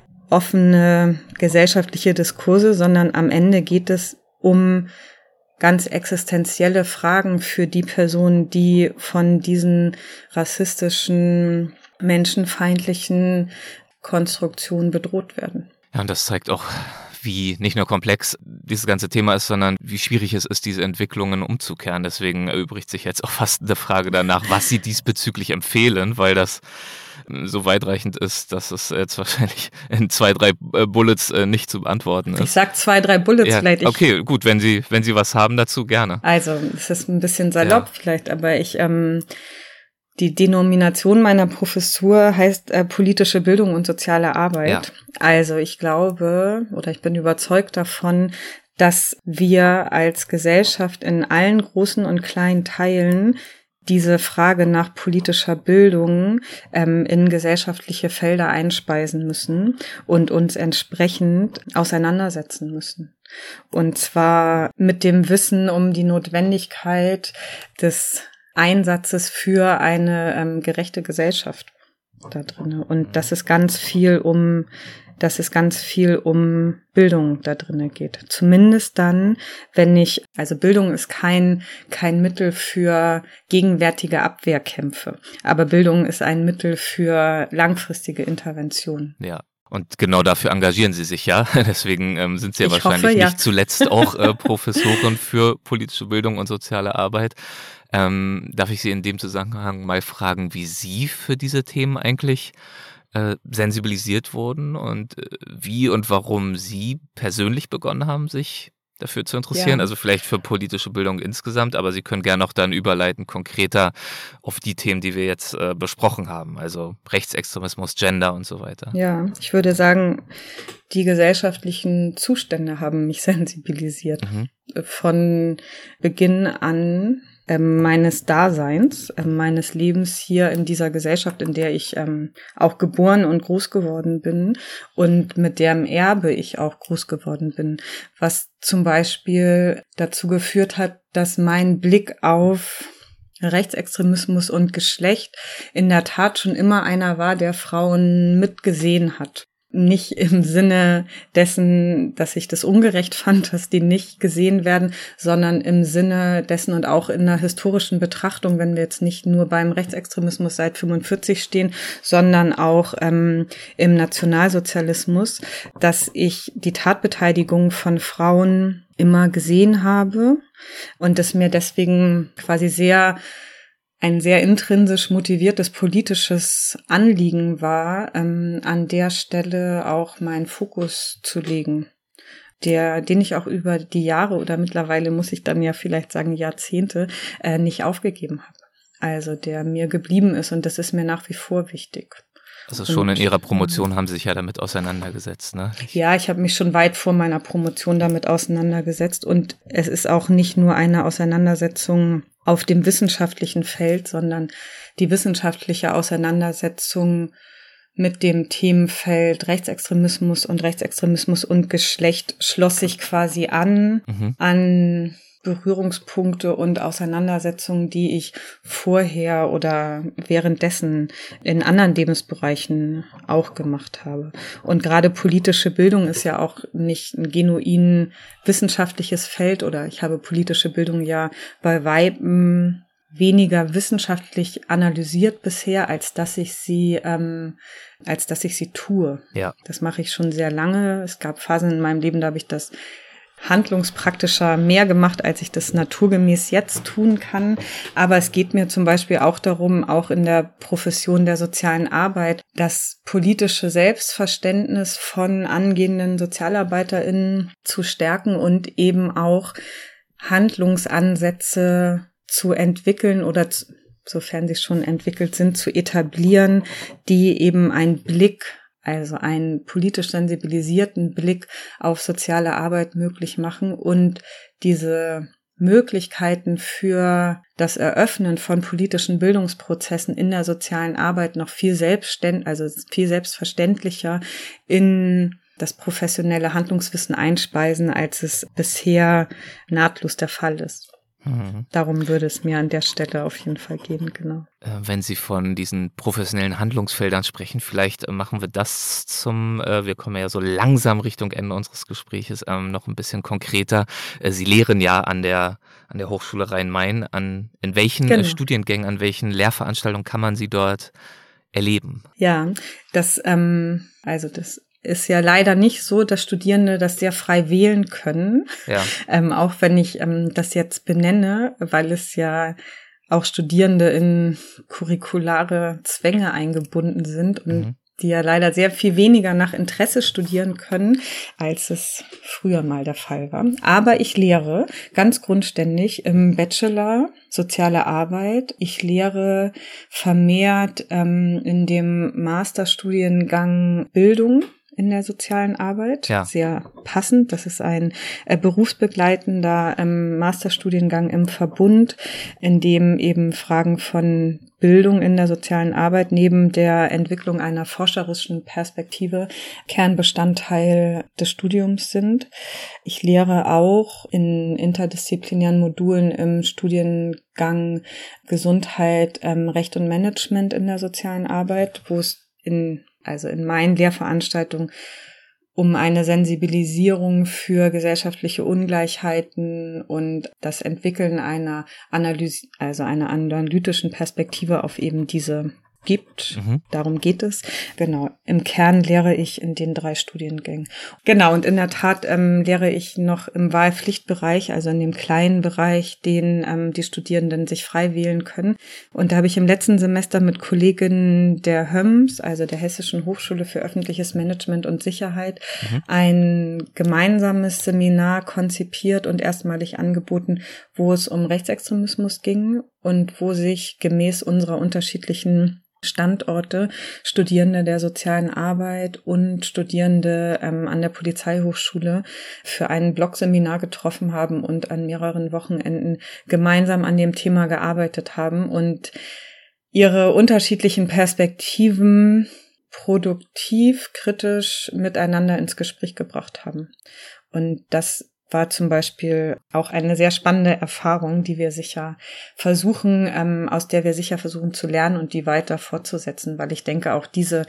offene gesellschaftliche Diskurse, sondern am Ende geht es um ganz existenzielle Fragen für die Personen, die von diesen rassistischen, menschenfeindlichen Konstruktionen bedroht werden. Ja, und das zeigt auch, wie nicht nur komplex dieses ganze Thema ist, sondern wie schwierig es ist, diese Entwicklungen umzukehren. Deswegen erübrigt sich jetzt auch fast eine Frage danach, was Sie diesbezüglich empfehlen, weil das so weitreichend ist, dass es jetzt wahrscheinlich in 2-3 Bullets nicht zu beantworten ist. Ich sag 2-3 Bullets ja, vielleicht. Okay, gut, wenn Sie was haben dazu, gerne. Also, es ist ein bisschen salopp vielleicht, aber Die Denomination meiner Professur heißt politische Bildung und soziale Arbeit. Ja. Also ich glaube oder ich bin überzeugt davon, dass wir als Gesellschaft in allen großen und kleinen Teilen diese Frage nach politischer Bildung in gesellschaftliche Felder einspeisen müssen und uns entsprechend auseinandersetzen müssen. Und zwar mit dem Wissen um die Notwendigkeit des Einsatzes für eine gerechte Gesellschaft da drin. Und dass es ganz viel um Bildung da drinne geht. Zumindest dann, also Bildung ist kein Mittel für gegenwärtige Abwehrkämpfe, aber Bildung ist ein Mittel für langfristige Intervention. Ja. Und genau dafür engagieren Sie sich ja. Deswegen sind Sie ja wahrscheinlich nicht zuletzt auch Professorin für politische Bildung und soziale Arbeit. Darf ich Sie in dem Zusammenhang mal fragen, wie Sie für diese Themen eigentlich sensibilisiert wurden und wie und warum Sie persönlich begonnen haben, sich dafür zu interessieren? Ja. Also vielleicht für politische Bildung insgesamt, aber Sie können gerne auch dann überleiten, konkreter auf die Themen, die wir jetzt besprochen haben, also Rechtsextremismus, Gender und so weiter. Ja, ich würde sagen, die gesellschaftlichen Zustände haben mich sensibilisiert. Von Beginn an meines Daseins, meines Lebens hier in dieser Gesellschaft, in der ich auch geboren und groß geworden bin und mit deren Erbe ich auch groß geworden bin, was zum Beispiel dazu geführt hat, dass mein Blick auf Rechtsextremismus und Geschlecht in der Tat schon immer einer war, der Frauen mitgesehen hat. Nicht im Sinne dessen, dass ich das ungerecht fand, dass die nicht gesehen werden, sondern im Sinne dessen und auch in einer historischen Betrachtung, wenn wir jetzt nicht nur beim Rechtsextremismus seit 45 stehen, sondern auch im Nationalsozialismus, dass ich die Tatbeteiligung von Frauen immer gesehen habe und es mir deswegen quasi ein sehr intrinsisch motiviertes politisches Anliegen war, an der Stelle auch meinen Fokus zu legen, den ich auch über die Jahre oder mittlerweile muss ich dann ja vielleicht sagen Jahrzehnte nicht aufgegeben habe. Also der mir geblieben ist und das ist mir nach wie vor wichtig. Also schon in Ihrer Promotion haben Sie sich ja damit auseinandergesetzt, ne? Ja, ich habe mich schon weit vor meiner Promotion damit auseinandergesetzt und es ist auch nicht nur eine Auseinandersetzung auf dem wissenschaftlichen Feld, sondern die wissenschaftliche Auseinandersetzung mit dem Themenfeld Rechtsextremismus und Geschlecht schloss sich quasi an Berührungspunkte und Auseinandersetzungen, die ich vorher oder währenddessen in anderen Lebensbereichen auch gemacht habe. Und gerade politische Bildung ist ja auch nicht ein genuin wissenschaftliches Feld oder ich habe politische Bildung ja bei Weitem weniger wissenschaftlich analysiert bisher, als dass ich sie tue. Ja. Das mache ich schon sehr lange. Es gab Phasen in meinem Leben, da habe ich das handlungspraktischer mehr gemacht, als ich das naturgemäß jetzt tun kann. Aber es geht mir zum Beispiel auch darum, auch in der Profession der sozialen Arbeit, das politische Selbstverständnis von angehenden SozialarbeiterInnen zu stärken und eben auch Handlungsansätze zu entwickeln oder sofern sie schon entwickelt sind, zu etablieren, die eben also einen politisch sensibilisierten Blick auf soziale Arbeit möglich machen und diese Möglichkeiten für das Eröffnen von politischen Bildungsprozessen in der sozialen Arbeit noch viel selbstverständlicher in das professionelle Handlungswissen einspeisen, als es bisher nahtlos der Fall ist. Darum würde es mir an der Stelle auf jeden Fall gehen, genau. Wenn Sie von diesen professionellen Handlungsfeldern sprechen, vielleicht machen wir das wir kommen ja so langsam Richtung Ende unseres Gespräches, noch ein bisschen konkreter. Sie lehren ja an der Hochschule Rhein-Main. In welchen Studiengängen, an welchen Lehrveranstaltungen kann man Sie dort erleben? Ja, das ist ja leider nicht so, dass Studierende das sehr frei wählen können, ja. Auch wenn ich das jetzt benenne, weil es ja auch Studierende in curriculare Zwänge eingebunden sind und die ja leider sehr viel weniger nach Interesse studieren können, als es früher mal der Fall war. Aber ich lehre ganz grundständig im Bachelor Soziale Arbeit. Ich lehre vermehrt in dem Masterstudiengang Bildung in der sozialen Arbeit. Ja. Sehr passend. Das ist ein berufsbegleitender Masterstudiengang im Verbund, in dem eben Fragen von Bildung in der sozialen Arbeit neben der Entwicklung einer forscherischen Perspektive Kernbestandteil des Studiums sind. Ich lehre auch in interdisziplinären Modulen im Studiengang Gesundheit, Recht und Management in der sozialen Arbeit, wo es in meinen Lehrveranstaltungen um eine Sensibilisierung für gesellschaftliche Ungleichheiten und das Entwickeln einer Analyse, also einer analytischen Perspektive auf eben diese gibt. Darum geht es. Genau. Im Kern lehre ich in den 3 Studiengängen. Genau. Und in der Tat lehre ich noch im Wahlpflichtbereich, also in dem kleinen Bereich, den die Studierenden sich frei wählen können. Und da habe ich im letzten Semester mit Kolleginnen der HÖMS, also der Hessischen Hochschule für öffentliches Management und Sicherheit, ein gemeinsames Seminar konzipiert und erstmalig angeboten, wo es um Rechtsextremismus ging und wo sich gemäß unserer unterschiedlichen Standorte Studierende der sozialen Arbeit und Studierende an der Polizeihochschule für ein Blogseminar getroffen haben und an mehreren Wochenenden gemeinsam an dem Thema gearbeitet haben und ihre unterschiedlichen Perspektiven produktiv, kritisch miteinander ins Gespräch gebracht haben. Und das war zum Beispiel auch eine sehr spannende Erfahrung, die wir sicher versuchen, aus der wir sicher versuchen zu lernen und die weiter fortzusetzen, weil ich denke, auch diese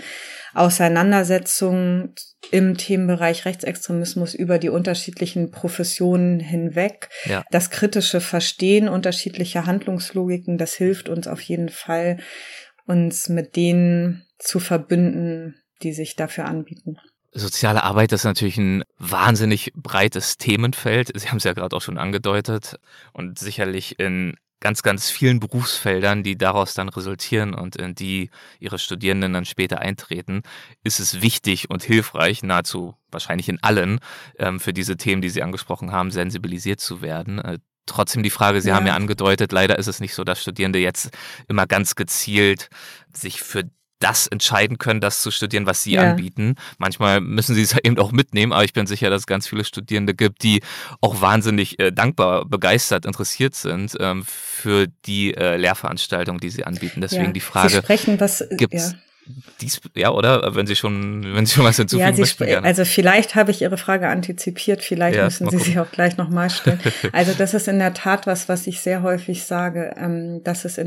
Auseinandersetzung im Themenbereich Rechtsextremismus über die unterschiedlichen Professionen hinweg, das kritische Verstehen unterschiedlicher Handlungslogiken, das hilft uns auf jeden Fall, uns mit denen zu verbünden, die sich dafür anbieten. Soziale Arbeit ist natürlich ein wahnsinnig breites Themenfeld. Sie haben es ja gerade auch schon angedeutet und sicherlich in ganz, ganz vielen Berufsfeldern, die daraus dann resultieren und in die ihre Studierenden dann später eintreten, ist es wichtig und hilfreich, nahezu wahrscheinlich in allen, für diese Themen, die Sie angesprochen haben, sensibilisiert zu werden. Trotzdem die Frage, Sie haben ja angedeutet, leider ist es nicht so, dass Studierende jetzt immer ganz gezielt sich für das entscheiden können, das zu studieren, was sie anbieten. Manchmal müssen sie es eben auch mitnehmen, aber ich bin sicher, dass es ganz viele Studierende gibt, die auch wahnsinnig dankbar, begeistert, interessiert sind für die Lehrveranstaltung, die sie anbieten. Deswegen die Frage, Sie sprechen was, gibt's dies, oder? Wenn Sie schon was hinzufügen möchten, gerne. Also vielleicht habe ich Ihre Frage antizipiert, vielleicht müssen Sie sie auch gleich nochmal stellen. Also das ist in der Tat was ich sehr häufig sage, dass es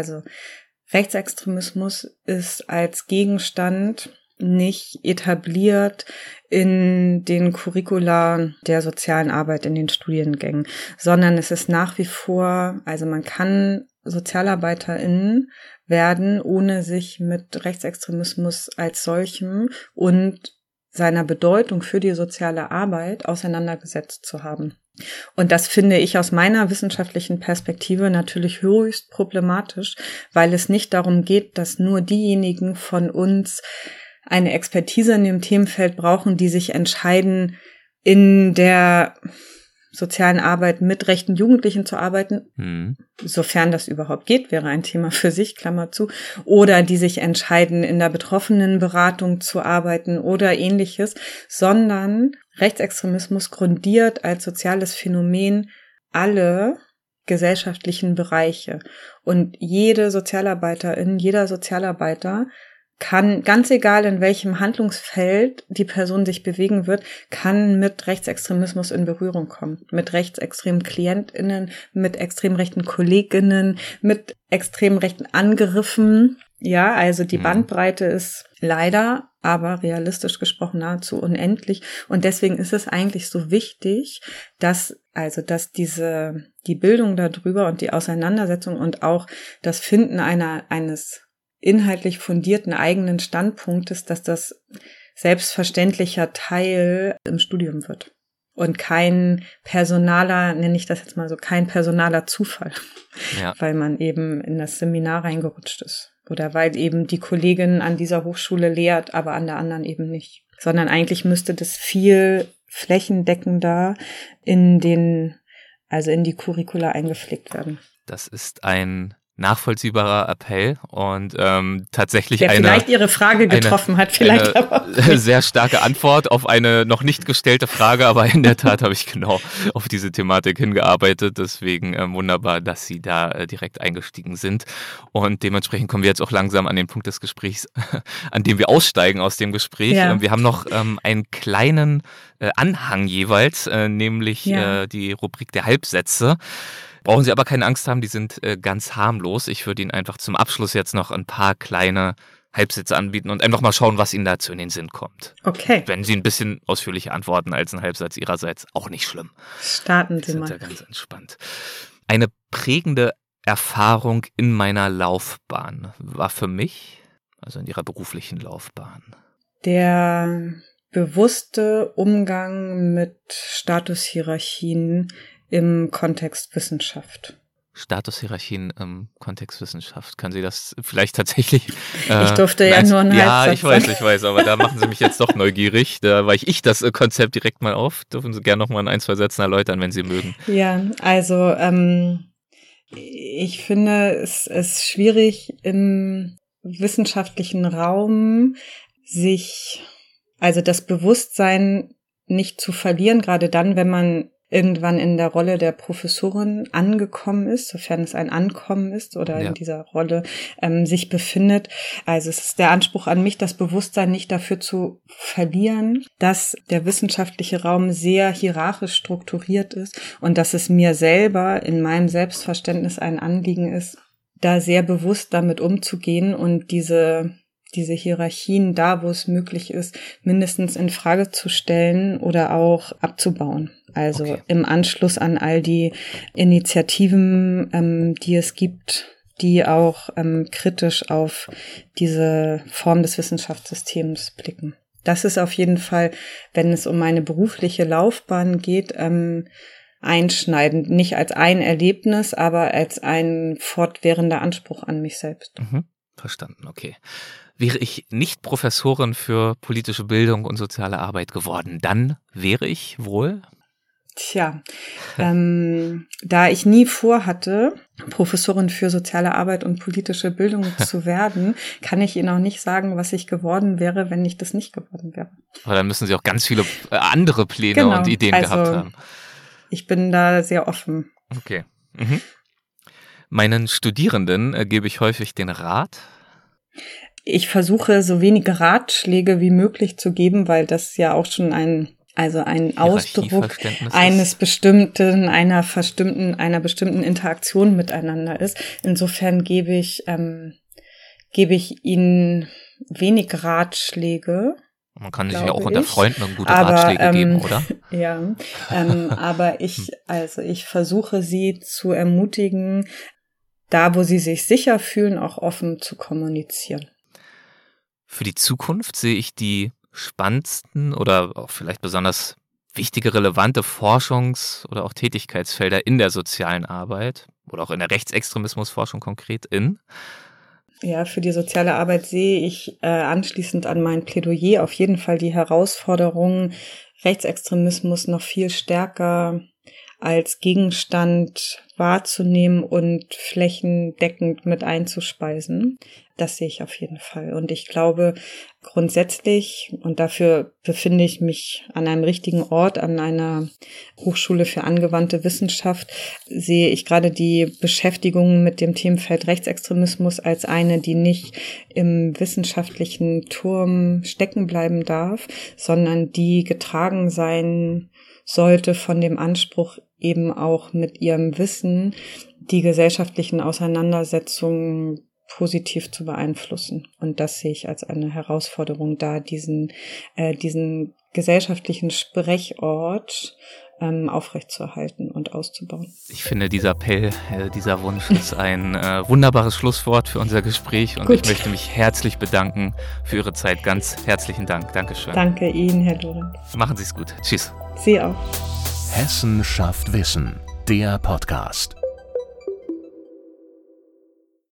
Rechtsextremismus ist als Gegenstand nicht etabliert in den Curricula der sozialen Arbeit in den Studiengängen, sondern es ist nach wie vor, also man kann SozialarbeiterInnen werden, ohne sich mit Rechtsextremismus als solchem und seiner Bedeutung für die soziale Arbeit auseinandergesetzt zu haben. Und das finde ich aus meiner wissenschaftlichen Perspektive natürlich höchst problematisch, weil es nicht darum geht, dass nur diejenigen von uns eine Expertise in dem Themenfeld brauchen, die sich entscheiden, in der sozialen Arbeit mit rechten Jugendlichen zu arbeiten, sofern das überhaupt geht, wäre ein Thema für sich, Klammer zu, oder die sich entscheiden, in der Betroffenenberatung zu arbeiten oder ähnliches, sondern Rechtsextremismus grundiert als soziales Phänomen alle gesellschaftlichen Bereiche. Und jede Sozialarbeiterin, jeder Sozialarbeiter kann, ganz egal in welchem Handlungsfeld die Person sich bewegen wird, kann mit Rechtsextremismus in Berührung kommen. Mit rechtsextremen KlientInnen, mit extrem rechten KollegInnen, mit extrem rechten Angriffen. Ja, also die Bandbreite ist leider, aber realistisch gesprochen nahezu unendlich. Und deswegen ist es eigentlich so wichtig, dass die Bildung darüber und die Auseinandersetzung und auch das Finden eines inhaltlich fundierten eigenen Standpunktes, dass das selbstverständlicher Teil im Studium wird. Und kein personaler, nenne ich das jetzt mal so, kein personaler Zufall, weil man eben in das Seminar reingerutscht ist. Oder weil eben die Kollegin an dieser Hochschule lehrt, aber an der anderen eben nicht. Sondern eigentlich müsste das viel flächendeckender in die Curricula eingepflegt werden. Das ist ein nachvollziehbarer Appell und tatsächlich der vielleicht Ihre Frage getroffen hat, vielleicht aber auch nicht. Sehr starke Antwort auf eine noch nicht gestellte Frage, aber in der Tat habe ich genau auf diese Thematik hingearbeitet. Deswegen wunderbar, dass Sie da direkt eingestiegen sind. Und dementsprechend kommen wir jetzt auch langsam an den Punkt des Gesprächs, an dem wir aussteigen aus dem Gespräch. Ja. Wir haben noch einen kleinen Anhang jeweils, nämlich die Rubrik der Halbsätze. Brauchen Sie aber keine Angst haben, die sind ganz harmlos. Ich würde Ihnen einfach zum Abschluss jetzt noch ein paar kleine Halbsätze anbieten und einfach mal schauen, was Ihnen dazu in den Sinn kommt. Okay. Wenn Sie ein bisschen ausführlicher antworten als ein Halbsatz Ihrerseits, auch nicht schlimm. Starten Sie mal. Sind ja ganz entspannt. Eine prägende Erfahrung in meiner Laufbahn war für mich, also in Ihrer beruflichen Laufbahn, der bewusste Umgang mit Statushierarchien im Kontext Wissenschaft. Statushierarchien im Kontext Wissenschaft. Können Sie das vielleicht tatsächlich... ich durfte ja nur einen Halbsatz sagen. Ja, ich weiß, aber da machen Sie mich jetzt doch neugierig. Da weiche ich das Konzept direkt mal auf. Dürfen Sie gerne noch mal in 1, 2 Sätzen erläutern, wenn Sie mögen. Ja, also ich finde, es ist schwierig im wissenschaftlichen Raum also das Bewusstsein nicht zu verlieren, gerade dann, wenn man irgendwann in der Rolle der Professorin angekommen ist, sofern es ein Ankommen ist oder in dieser Rolle sich befindet. Also es ist der Anspruch an mich, das Bewusstsein nicht dafür zu verlieren, dass der wissenschaftliche Raum sehr hierarchisch strukturiert ist und dass es mir selber in meinem Selbstverständnis ein Anliegen ist, da sehr bewusst damit umzugehen und diese Hierarchien da, wo es möglich ist, mindestens in Frage zu stellen oder auch abzubauen. Also im Anschluss an all die Initiativen, die es gibt, die auch kritisch auf diese Form des Wissenschaftssystems blicken. Das ist auf jeden Fall, wenn es um meine berufliche Laufbahn geht, einschneidend. Nicht als ein Erlebnis, aber als ein fortwährender Anspruch an mich selbst. Verstanden, okay. Wäre ich nicht Professorin für politische Bildung und soziale Arbeit geworden, dann wäre ich wohl? Tja, da ich nie vorhatte, Professorin für soziale Arbeit und politische Bildung zu werden, kann ich Ihnen auch nicht sagen, was ich geworden wäre, wenn ich das nicht geworden wäre. Aber dann müssen Sie auch ganz viele andere Pläne und Ideen gehabt haben. Ich bin da sehr offen. Okay. Meinen Studierenden gebe ich häufig den Rat? Ich versuche, so wenige Ratschläge wie möglich zu geben, weil das ja auch schon ein Ausdruck einer bestimmten Interaktion miteinander ist. Insofern gebe ich Ihnen wenig Ratschläge. Man kann sich ja auch unter Freunden gute Ratschläge geben, oder? Ja, aber ich versuche Sie zu ermutigen, da wo Sie sich sicher fühlen, auch offen zu kommunizieren. Für die Zukunft sehe ich die spannendsten oder auch vielleicht besonders wichtige, relevante Forschungs- oder auch Tätigkeitsfelder in der sozialen Arbeit oder auch in der Rechtsextremismusforschung konkret in? Ja, für die soziale Arbeit sehe ich anschließend an mein Plädoyer auf jeden Fall die Herausforderung, Rechtsextremismus noch viel stärker als Gegenstand wahrzunehmen und flächendeckend mit einzuspeisen. Das sehe ich auf jeden Fall. Und ich glaube grundsätzlich, und dafür befinde ich mich an einem richtigen Ort, an einer Hochschule für angewandte Wissenschaft, sehe ich gerade die Beschäftigung mit dem Themenfeld Rechtsextremismus als eine, die nicht im wissenschaftlichen Turm stecken bleiben darf, sondern die getragen sein sollte von dem Anspruch, eben auch mit ihrem Wissen die gesellschaftlichen Auseinandersetzungen positiv zu beeinflussen. Und das sehe ich als eine Herausforderung, da diesen gesellschaftlichen Sprechort aufrechtzuerhalten und auszubauen. Ich finde, dieser Appell, dieser Wunsch ist ein wunderbares Schlusswort für unser Gespräch und ich möchte mich herzlich bedanken für Ihre Zeit. Ganz herzlichen Dank. Dankeschön. Danke Ihnen, Herr Lorenz. Machen Sie es gut. Tschüss. Sie auch. Hessen schafft Wissen, der Podcast.